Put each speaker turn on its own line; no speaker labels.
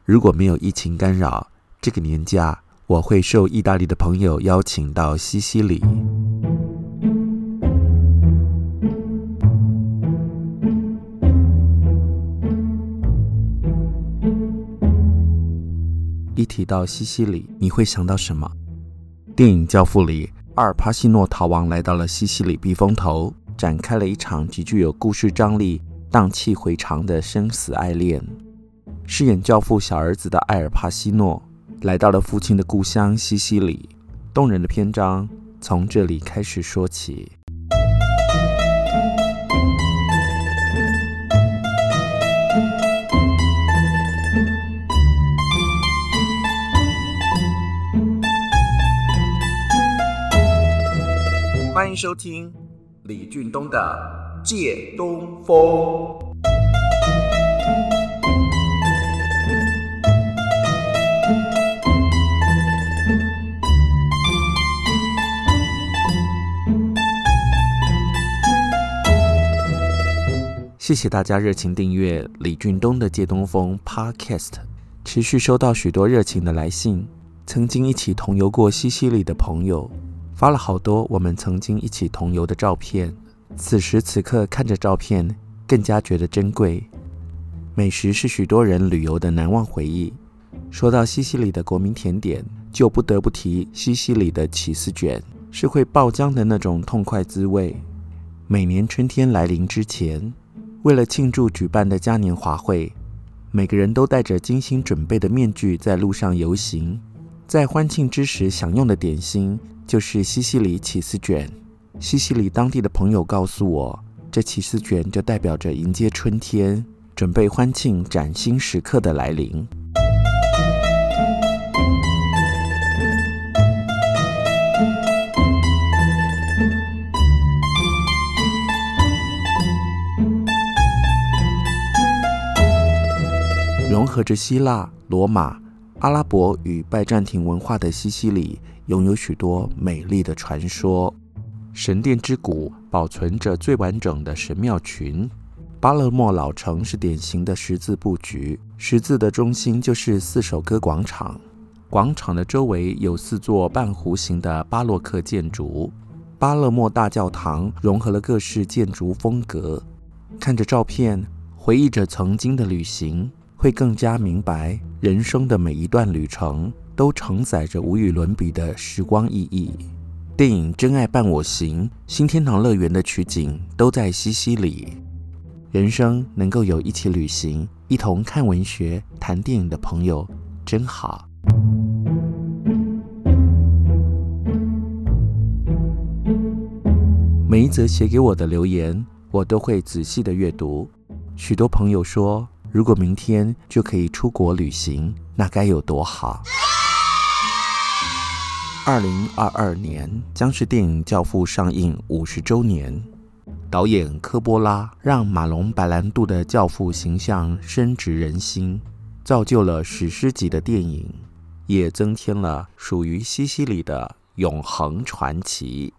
如果没有疫情干扰，这个年假我会受意大利的朋友邀请到西西里。一提到西西里，你会想到什么？电影《教父》里，阿尔帕西诺逃亡来到了西西里避风头，展开了一场极具有故事张力、荡气回肠的生死爱恋。饰演教父小儿子的艾尔帕西诺来到了父亲的故乡西西里，动人的篇章从这里开始说起。欢迎收听李俊东的《借东风》。谢谢大家热情订阅李俊东的《借东风》Podcast， 持续收到许多热情的来信。曾经一起同游过西西里的朋友发了好多我们曾经一起同游的照片，此时此刻看着照片更加觉得珍贵。美食是许多人旅游的难忘回忆，说到西西里的国民甜点，就不得不提西西里的起司卷，是会爆浆的那种痛快滋味。每年春天来临之前，为了庆祝举办的嘉年华会，每个人都戴着精心准备的面具在路上游行。在欢庆之时享用的点心就是西西里起司卷。西西里当地的朋友告诉我，这起司卷就代表着迎接春天，准备欢庆崭新时刻的来临。融合着希腊、罗马、阿拉伯与拜占庭文化的西西里，拥有许多美丽的传说。神殿之谷保存着最完整的神庙群。巴勒莫老城是典型的十字布局，十字的中心就是四首歌广场，广场的周围有4座半弧形的巴洛克建筑。巴勒莫大教堂融合了各式建筑风格。看着照片，回忆着曾经的旅行，会更加明白人生的每一段旅程都承载着无与伦比的时光意义。电影《真爱伴我行》、新天堂乐园的取景都在西西里。人生能够有一起旅行、一同看文学、谈电影的朋友真好。每一则写给我的留言，我都会仔细的阅读。许多朋友说，如果明天就可以出国旅行，那该有多好。2022年将是电影《教父》上映50周年，导演科波拉让马龙·白兰度的教父形象深植人心，造就了史诗级的电影，也增添了属于西西里的永恒传奇。